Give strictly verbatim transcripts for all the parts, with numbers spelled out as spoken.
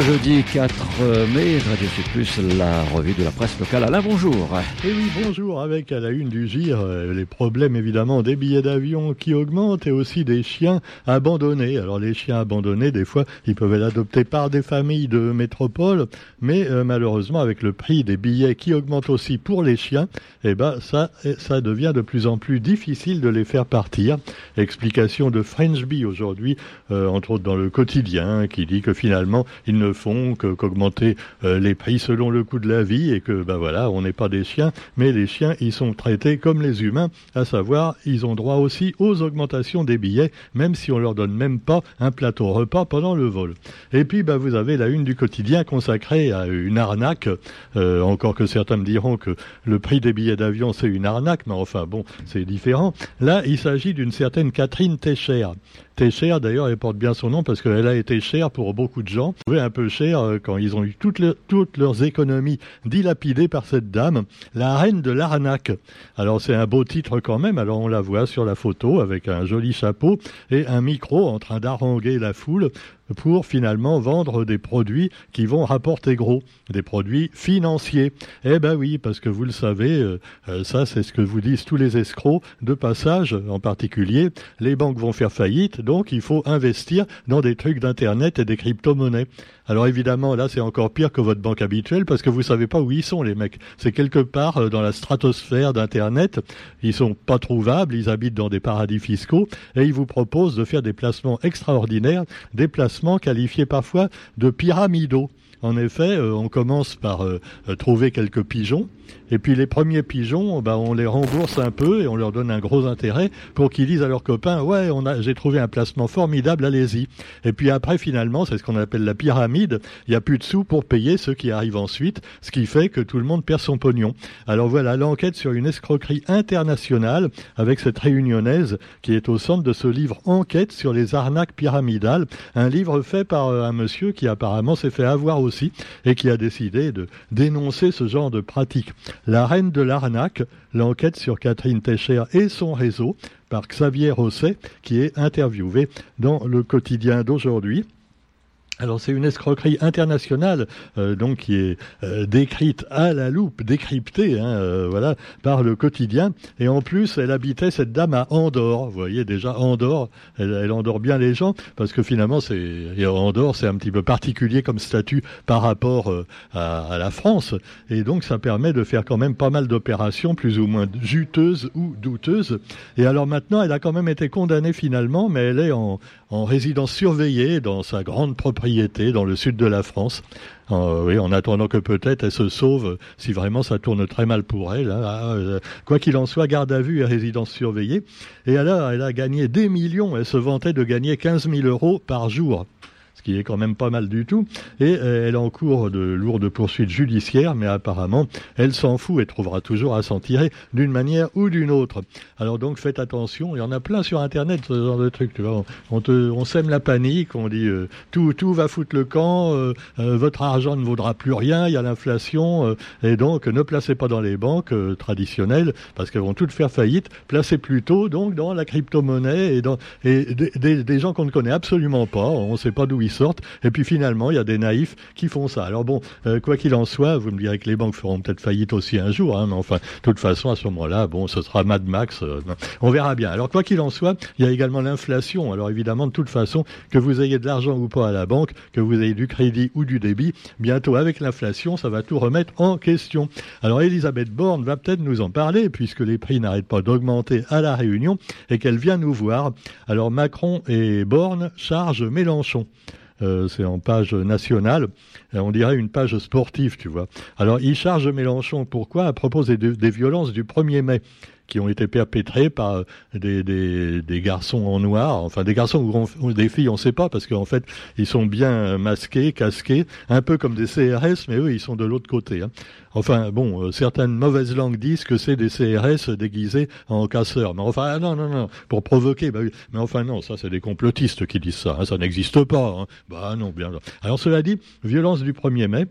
jeudi quatre mai, Radio Sud Plus, la revue de la presse locale. Alain, bonjour. Et oui, bonjour. Avec à la une du G I R, euh, les problèmes évidemment des billets d'avion qui augmentent et aussi des chiens abandonnés. Alors les chiens abandonnés, des fois, ils peuvent être adoptés par des familles de métropole, mais euh, malheureusement, avec le prix des billets qui augmente aussi pour les chiens, eh ben ça, ça devient de plus en plus difficile de les faire partir. Explication de French Bee aujourd'hui, euh, entre autres dans le quotidien, qui dit que finalement, ils ne font que, qu'augmenter euh, les prix selon le coût de la vie et que, ben voilà, on n'est pas des chiens, mais les chiens, ils sont traités comme les humains, à savoir, ils ont droit aussi aux augmentations des billets, même si on leur donne même pas un plateau repas pendant le vol. Et puis, ben, vous avez la une du quotidien consacrée à une arnaque, euh, encore que certains me diront que le prix des billets d'avion, c'est une arnaque, mais enfin, bon, c'est différent. Là, il s'agit d'une certaine Catherine Técher. Técher, d'ailleurs, elle porte bien son nom parce qu'elle a été chère pour beaucoup de gens. Un peu cher quand ils ont eu toutes, le, toutes leurs économies dilapidées par cette dame, la reine de l'arnaque. Alors c'est un beau titre quand même, alors on la voit sur la photo avec un joli chapeau et un micro en train d'haranguer la foule pour finalement vendre des produits qui vont rapporter gros, des produits financiers. Eh ben oui, parce que vous le savez, euh, ça c'est ce que vous disent tous les escrocs de passage, en particulier, les banques vont faire faillite, donc il faut investir dans des trucs d'internet et des crypto-monnaies. Alors évidemment, là, c'est encore pire que votre banque habituelle parce que vous savez pas où ils sont, les mecs. C'est quelque part dans la stratosphère d'Internet. Ils sont pas trouvables, ils habitent dans des paradis fiscaux et ils vous proposent de faire des placements extraordinaires, des placements qualifiés parfois de pyramidaux. En effet, euh, on commence par euh, trouver quelques pigeons, et puis les premiers pigeons, bah, on les rembourse un peu et on leur donne un gros intérêt pour qu'ils disent à leurs copains « Ouais, on a, j'ai trouvé un placement formidable, allez-y ». Et puis après, finalement, c'est ce qu'on appelle la pyramide, il n'y a plus de sous pour payer ceux qui arrivent ensuite, ce qui fait que tout le monde perd son pognon. Alors voilà, l'enquête sur une escroquerie internationale avec cette réunionnaise qui est au centre de ce livre « Enquête sur les arnaques pyramidales », un livre fait par euh, un monsieur qui apparemment s'est fait avoir aussi aussi, et qui a décidé de dénoncer ce genre de pratique. La reine de l'arnaque, l'enquête sur Catherine Técher et son réseau, par Xavier Rosset, qui est interviewé dans le quotidien d'aujourd'hui. Alors c'est une escroquerie internationale, euh, donc qui est euh, décrite à la loupe, décryptée, hein, euh, voilà, par le quotidien. Et en plus, elle habitait cette dame à Andorre. Vous voyez déjà Andorre, elle, elle endort bien les gens parce que finalement, c'est et Andorre, c'est un petit peu particulier comme statut par rapport euh, à, à la France. Et donc ça permet de faire quand même pas mal d'opérations plus ou moins juteuses ou douteuses. Et alors maintenant, elle a quand même été condamnée finalement, mais elle est en, en résidence surveillée dans sa grande propriété dans le sud de la France, euh, oui, en attendant que peut-être elle se sauve si vraiment ça tourne très mal pour elle. Hein. Euh, quoi qu'il en soit, garde à vue et résidence surveillée. Et alors, elle a gagné des millions. Elle se vantait de gagner quinze mille euros par jour, ce qui est quand même pas mal du tout. Et euh, elle est en cours de lourdes poursuites judiciaires, mais apparemment, elle s'en fout et trouvera toujours à s'en tirer d'une manière ou d'une autre. Alors donc, faites attention. Il y en a plein sur Internet, ce genre de trucs. Tu vois. On, on, te, on sème la panique, on dit euh, tout, tout va foutre le camp, euh, euh, votre argent ne vaudra plus rien, il y a l'inflation, euh, et donc ne placez pas dans les banques euh, traditionnelles, parce qu'elles vont toutes faire faillite. Placez plutôt donc dans la crypto-monnaie et, dans, et des, des, des gens qu'on ne connaît absolument pas, on ne sait pas d'où ils sortent, et puis finalement, il y a des naïfs qui font ça. Alors bon, euh, quoi qu'il en soit, vous me direz que les banques feront peut-être faillite aussi un jour, hein, mais enfin, de toute façon, à ce moment-là, bon, ce sera Mad Max, euh, on verra bien. Alors quoi qu'il en soit, il y a également l'inflation. Alors évidemment, de toute façon, que vous ayez de l'argent ou pas à la banque, que vous ayez du crédit ou du débit, bientôt avec l'inflation, ça va tout remettre en question. Alors Elisabeth Borne va peut-être nous en parler, puisque les prix n'arrêtent pas d'augmenter à La Réunion, et qu'elle vient nous voir. Alors Macron et Borne chargent Mélenchon. Euh, c'est en page nationale, on dirait une page sportive, tu vois. Alors, il charge Mélenchon, pourquoi ? À propos des, des violences du premier mai, qui ont été perpétrées par des, des, des garçons en noir, enfin des garçons ou, on, ou des filles, on ne sait pas, parce qu'en fait, ils sont bien masqués, casqués, un peu comme des C R S, mais eux, ils sont de l'autre côté. Hein. Enfin, bon, euh, certaines mauvaises langues disent que c'est des C R S déguisés en casseurs. Mais enfin, non, non, non, pour provoquer. Bah oui. Mais enfin, non, ça, c'est des complotistes qui disent ça. Hein, ça n'existe pas. Hein. Bah non, bien. Alors, cela dit, violence du premier mai.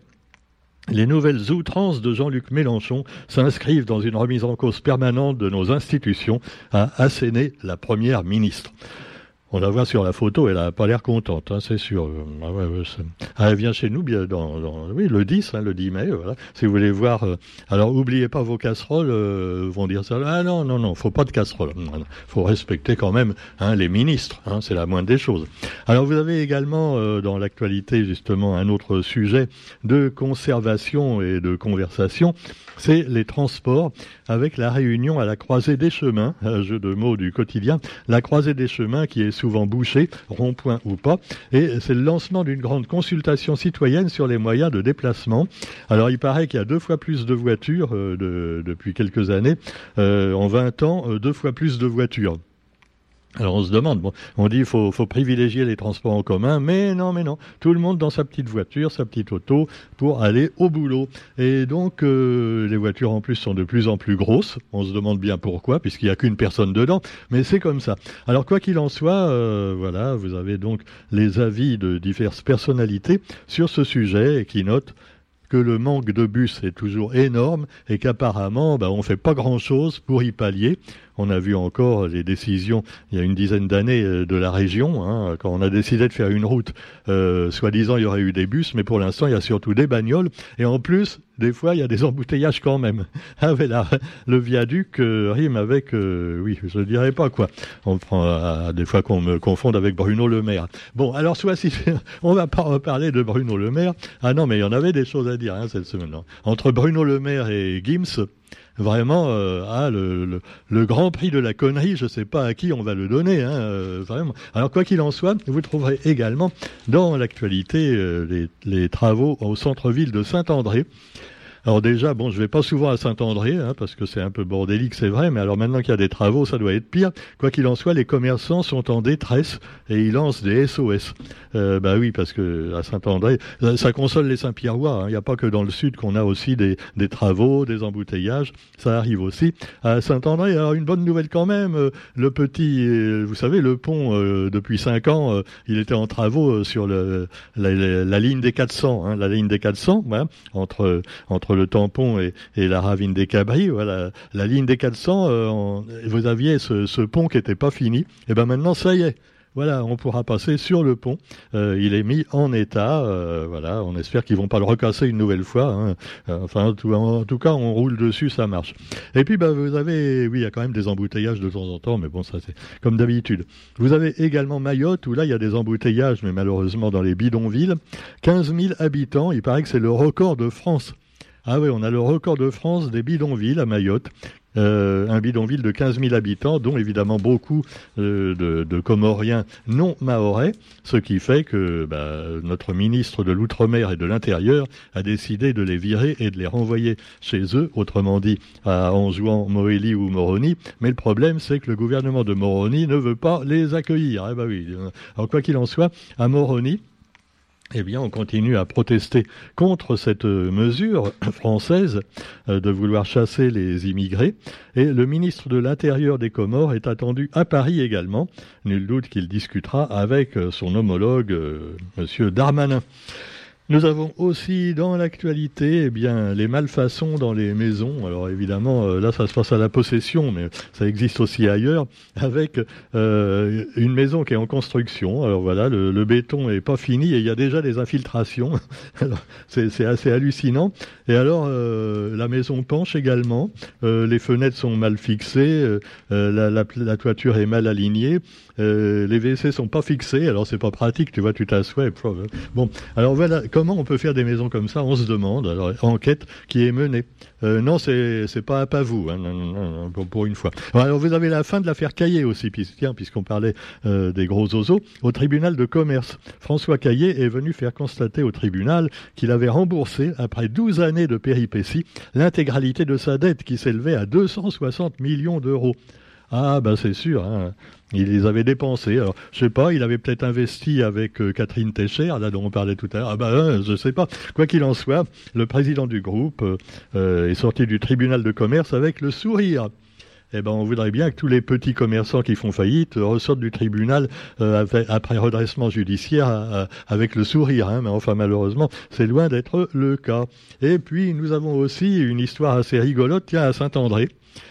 Les nouvelles outrances de Jean-Luc Mélenchon s'inscrivent dans une remise en cause permanente de nos institutions, a asséné la première ministre. On la voit sur la photo, elle a pas l'air contente, hein, c'est sûr. Ah ouais, ouais, ah, elle vient chez nous bien dans, dans oui, le dix, hein, le dix mai, voilà. Si vous voulez voir, euh, alors oubliez pas vos casseroles, euh, vont dire ça. Ah non, non, non, faut pas de casseroles. Il faut respecter quand même hein, les ministres, hein, c'est la moindre des choses. Alors vous avez également euh, dans l'actualité justement un autre sujet de conservation et de conversation, c'est les transports, avec la réunion à la croisée des chemins, un jeu de mots du quotidien, la croisée des chemins qui est souvent bouchée, rond-point ou pas, et c'est le lancement d'une grande consultation citoyenne sur les moyens de déplacement. Alors il paraît qu'il y a deux fois plus de voitures euh, de, depuis quelques années, euh, en vingt ans, euh, deux fois plus de voitures. Alors on se demande, bon, on dit il faut, faut privilégier les transports en commun, mais non, mais non, tout le monde dans sa petite voiture, sa petite auto pour aller au boulot. Et donc euh, les voitures en plus sont de plus en plus grosses, on se demande bien pourquoi, puisqu'il n'y a qu'une personne dedans, mais c'est comme ça. Alors quoi qu'il en soit, euh, voilà, vous avez donc les avis de diverses personnalités sur ce sujet et qui notent que le manque de bus est toujours énorme et qu'apparemment, bah, on fait pas grand-chose pour y pallier. On a vu encore les décisions il y a une dizaine d'années de la région, hein, quand on a décidé de faire une route, euh, soi-disant il y aurait eu des bus, mais pour l'instant il y a surtout des bagnoles, et en plus, des fois il y a des embouteillages quand même. Ah, mais là, le viaduc euh, rime avec, euh, oui, je ne dirais pas quoi. On prend euh, des fois qu'on me confonde avec Bruno Le Maire. Bon, alors soit si on va pas reparler de Bruno Le Maire. Ah non, mais il y en avait des choses à dire hein, cette semaine. Hein. Entre Bruno Le Maire et Gims, vraiment, euh, ah, le, le, le grand prix de la connerie, je ne sais pas à qui on va le donner, hein, euh, vraiment. Alors, quoi qu'il en soit, vous trouverez également dans l'actualité euh, les, les travaux au centre-ville de Saint-André. Alors déjà, bon, je vais pas souvent à Saint-André, hein, parce que c'est un peu bordélique, c'est vrai, mais alors maintenant qu'il y a des travaux, ça doit être pire. Quoi qu'il en soit, les commerçants sont en détresse et ils lancent des S O S. Euh, bah oui, parce que à Saint-André, ça console les Saint-Pierrois. Il hein. n'y a pas que dans le sud qu'on a aussi des, des travaux, des embouteillages. Ça arrive aussi à Saint-André. Alors une bonne nouvelle quand même, euh, le petit, euh, vous savez, le pont euh, depuis cinq ans, euh, il était en travaux euh, sur le, la, la, la ligne des quatre cents, hein, la ligne des quatre cents, hein, entre entre le tampon et, et la ravine des Cabris, voilà, la ligne des quatre cents, euh, on, vous aviez ce, ce pont qui n'était pas fini, et ben maintenant ça y est, voilà, on pourra passer sur le pont, euh, il est mis en état, euh, voilà, on espère qu'ils vont pas le recasser une nouvelle fois, hein. Enfin en tout, en tout cas on roule dessus, ça marche. Et puis bah, vous avez, oui il y a quand même des embouteillages de temps en temps, mais bon ça c'est comme d'habitude. Vous avez également Mayotte, où là il y a des embouteillages, mais malheureusement dans les bidonvilles, quinze mille habitants, il paraît que c'est le record de France. Ah oui, on a le record de France des bidonvilles à Mayotte. Euh, un bidonville de quinze mille habitants, dont évidemment beaucoup euh, de, de Comoriens non mahorais, ce qui fait que bah, notre ministre de l'Outre-mer et de l'Intérieur a décidé de les virer et de les renvoyer chez eux, autrement dit à Anjouan, Moélie ou Moroni. Mais le problème, c'est que le gouvernement de Moroni ne veut pas les accueillir. Eh ben oui. Alors quoi qu'il en soit, à Moroni, eh bien, on continue à protester contre cette mesure française de vouloir chasser les immigrés. Et le ministre de l'Intérieur des Comores est attendu à Paris également. Nul doute qu'il discutera avec son homologue, euh, Monsieur Darmanin. Nous avons aussi dans l'actualité eh bien, les malfaçons dans les maisons. Alors évidemment, euh, là ça se passe à la possession, mais ça existe aussi ailleurs, avec euh, une maison qui est en construction. Alors voilà, le, le béton est pas fini et il y a déjà des infiltrations. Alors, c'est, c'est assez hallucinant. Et alors, euh, la maison penche également. Euh, les fenêtres sont mal fixées, euh, la, la, la toiture est mal alignée. Euh, les W C sont pas fixés, alors c'est pas pratique, tu vois, tu t'assois et prof. Bon, alors voilà, comment on peut faire des maisons comme ça, on se demande, alors enquête qui est menée. Euh, non, c'est c'est pas à Pavou, hein, non, non, non, pour, pour une fois. Alors vous avez la fin de l'affaire Caillé aussi, puis, tiens, puisqu'on parlait euh, des gros oiseaux, au tribunal de commerce. François Caillé est venu faire constater au tribunal qu'il avait remboursé, après douze années de péripéties, l'intégralité de sa dette qui s'élevait à deux cent soixante millions d'euros. Ah, ben c'est sûr, hein. Il les avait dépensés. Alors, je sais pas, il avait peut-être investi avec euh, Catherine Técher, là dont on parlait tout à l'heure. Ah ben, euh, je sais pas. Quoi qu'il en soit, le président du groupe euh, est sorti du tribunal de commerce avec le sourire. Eh ben, on voudrait bien que tous les petits commerçants qui font faillite ressortent du tribunal euh, après redressement judiciaire euh, avec le sourire. Hein, mais enfin, malheureusement, c'est loin d'être le cas. Et puis, nous avons aussi une histoire assez rigolote, tiens, à Saint-André.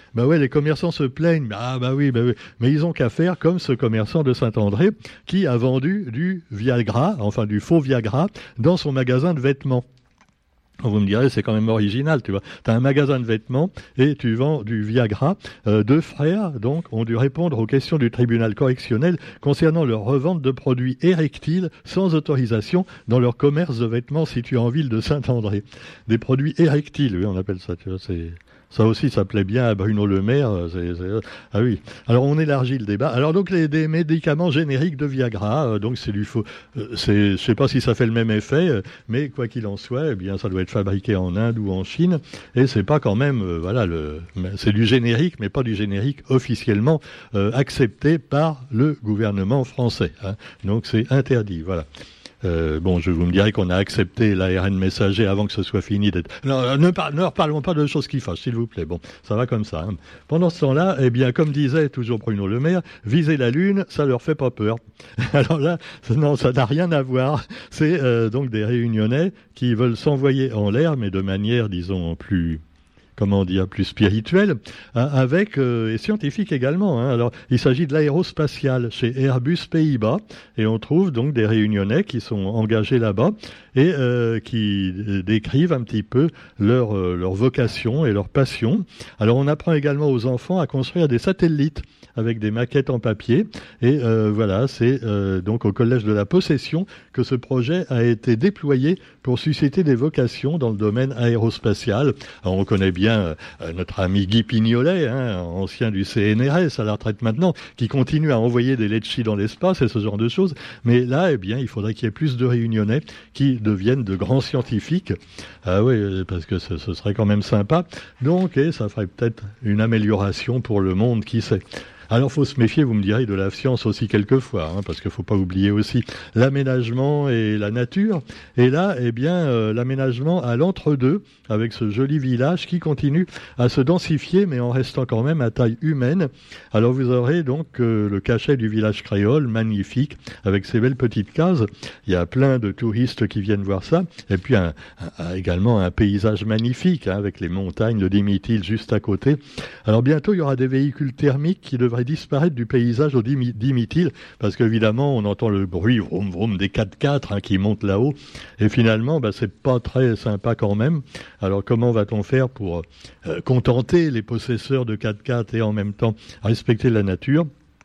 bah ouais, les commerçants se plaignent. Ah bah oui, bah oui. Mais ils ont qu'à faire comme ce commerçant de Saint-André qui a vendu du Viagra, enfin du faux Viagra, dans son magasin de vêtements. Vous me direz, c'est quand même original, tu vois. Tu as un magasin de vêtements et tu vends du Viagra. Euh, deux frères, donc, ont dû répondre aux questions du tribunal correctionnel concernant leur revente de produits érectiles sans autorisation dans leur commerce de vêtements situé en ville de Saint-André. Des produits érectiles, oui, on appelle ça, tu vois, c'est... Ça aussi, ça plaît bien à Bruno Le Maire. C'est, c'est... Ah oui. Alors, on élargit le débat. Alors, donc, les des médicaments génériques de Viagra, euh, donc c'est du faux. Euh, c'est, je sais pas si ça fait le même effet, euh, mais quoi qu'il en soit, eh bien, ça doit être fabriqué en Inde ou en Chine, et c'est pas quand même, euh, voilà, le, c'est du générique, mais pas du générique officiellement euh, accepté par le gouvernement français. Hein. Donc, c'est interdit. Voilà. Euh, bon, je vous me dirais qu'on a accepté l'A R N messager avant que ce soit fini d'être... Non, ne, par... ne reparlons pas de choses qui fâchent, s'il vous plaît. Bon, ça va comme ça. Hein. Pendant ce temps-là, eh bien, comme disait toujours Bruno Le Maire, viser la Lune, ça leur fait pas peur. Alors là, non, ça n'a rien à voir. C'est euh, donc des Réunionnais qui veulent s'envoyer en l'air, mais de manière, disons, plus... comment dire, plus spirituel, avec, euh, et scientifique également. Hein. Alors, il s'agit de l'aérospatiale chez Airbus Pays-Bas, et on trouve donc des Réunionnais qui sont engagés là-bas, et euh, qui décrivent un petit peu leur, euh, leur vocation et leur passion. Alors, on apprend également aux enfants à construire des satellites avec des maquettes en papier. Et euh, voilà, c'est euh, donc au Collège de la Possession que ce projet a été déployé pour susciter des vocations dans le domaine aérospatial. Alors, on connaît bien euh, notre ami Guy Pignolet, hein, ancien du C N R S, à la retraite maintenant, qui continue à envoyer des Letchis dans l'espace et ce genre de choses. Mais là, eh bien, il faudrait qu'il y ait plus de Réunionnais qui deviennent de grands scientifiques. Ah oui, parce que ce, ce serait quand même sympa. Donc, et ça ferait peut-être une amélioration pour le monde, qui sait. Alors, faut se méfier, vous me direz, de la science aussi quelquefois, hein, parce qu'il faut pas oublier aussi l'aménagement et la nature. Et là, eh bien, euh, l'aménagement à l'entre-deux, avec ce joli village qui continue à se densifier, mais en restant quand même à taille humaine. Alors, vous aurez donc euh, le cachet du village créole, magnifique, avec ses belles petites cases. Il y a plein de touristes qui viennent voir ça. Et puis, un, un, également un paysage magnifique, hein, avec les montagnes, le Dimitil juste à côté. Alors, bientôt, il y aura des véhicules thermiques qui devraient disparaître du paysage au Dimitil, parce qu'évidemment on entend le bruit vroom vroom des quatre-quatre hein, qui montent là-haut, et finalement bah, c'est pas très sympa quand même. Alors comment va-t-on faire pour euh, contenter les possesseurs de quatre-quatre et en même temps respecter la nature?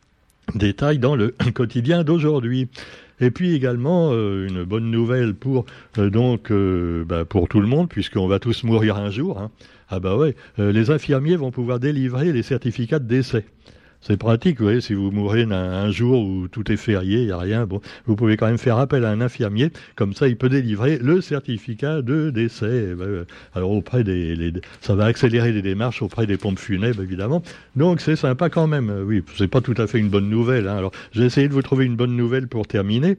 Détail dans le quotidien d'aujourd'hui. Et puis également euh, une bonne nouvelle pour euh, donc euh, bah, pour tout le monde, puisqu'on va tous mourir un jour. Hein. Ah bah ouais, euh, les infirmiers vont pouvoir délivrer les certificats de décès. C'est pratique, vous voyez, si vous mourrez un, un jour où tout est férié, il n'y a rien, bon, vous pouvez quand même faire appel à un infirmier, comme ça il peut délivrer le certificat de décès. Ben, alors auprès des, les, ça va accélérer les démarches auprès des pompes funèbres, évidemment. Donc c'est sympa quand même. Oui, c'est pas tout à fait une bonne nouvelle. Hein. Alors j'ai essayé de vous trouver une bonne nouvelle pour terminer.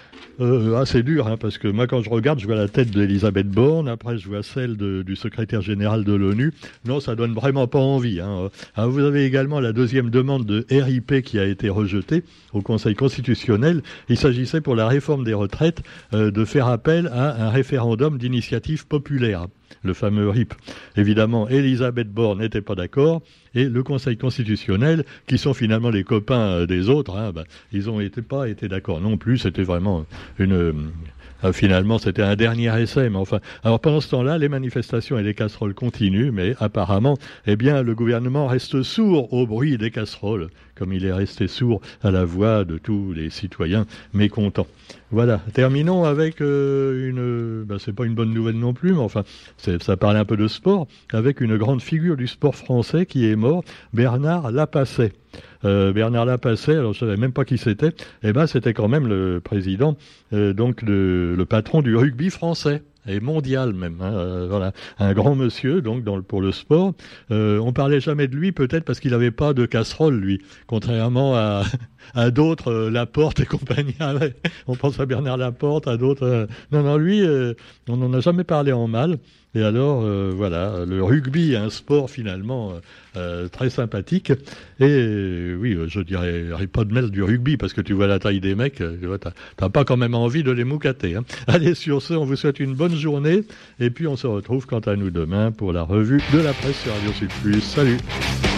Euh, ah, c'est dur, hein, parce que moi, quand je regarde, je vois la tête d'Elisabeth Borne, après je vois celle de, du secrétaire général de l'ONU. Non, ça donne vraiment pas envie. Hein. Alors, vous avez également la deuxième demande de R I P qui a été rejetée au Conseil constitutionnel. Il s'agissait pour la réforme des retraites euh, de faire appel à un référendum d'initiative populaire, le fameux R I P. Évidemment, Elisabeth Borne n'était pas d'accord, et le Conseil constitutionnel, qui sont finalement les copains des autres, hein, bah, ils n'ont été, pas été d'accord non plus. C'était vraiment une... Euh, finalement, c'était un dernier essai, mais enfin... Alors, pendant ce temps-là, les manifestations et les casseroles continuent, mais apparemment, eh bien, le gouvernement reste sourd au bruit des casseroles, comme il est resté sourd à la voix de tous les citoyens mécontents. Voilà, terminons avec euh, une... Ben, c'est pas une bonne nouvelle non plus, mais enfin, c'est, ça parle un peu de sport, avec une grande figure du sport français qui est mort, Bernard Lapasset. Euh, Bernard Lapasset, alors je savais même pas qui c'était, eh ben c'était quand même le président, euh, donc de, le patron du rugby français. Et mondial même, hein, euh, voilà, un grand monsieur donc dans le, pour le sport. Euh, on parlait jamais de lui, peut-être parce qu'il n'avait pas de casserole lui, contrairement à, à d'autres, euh, Laporte et compagnie. On pense à Bernard Laporte, à d'autres. Euh, non, non, lui, euh, on n'en a jamais parlé en mal. Et alors, euh, voilà, le rugby, un sport finalement euh, très sympathique. Et euh, oui, je dirais pas de mal du rugby, parce que tu vois la taille des mecs, tu vois, t'as, t'as pas quand même envie de les moucater. Hein. Allez, sur ce, on vous souhaite une bonne journée. Et puis, on se retrouve quant à nous demain pour la revue de la presse sur Radio Sud Plus. Salut!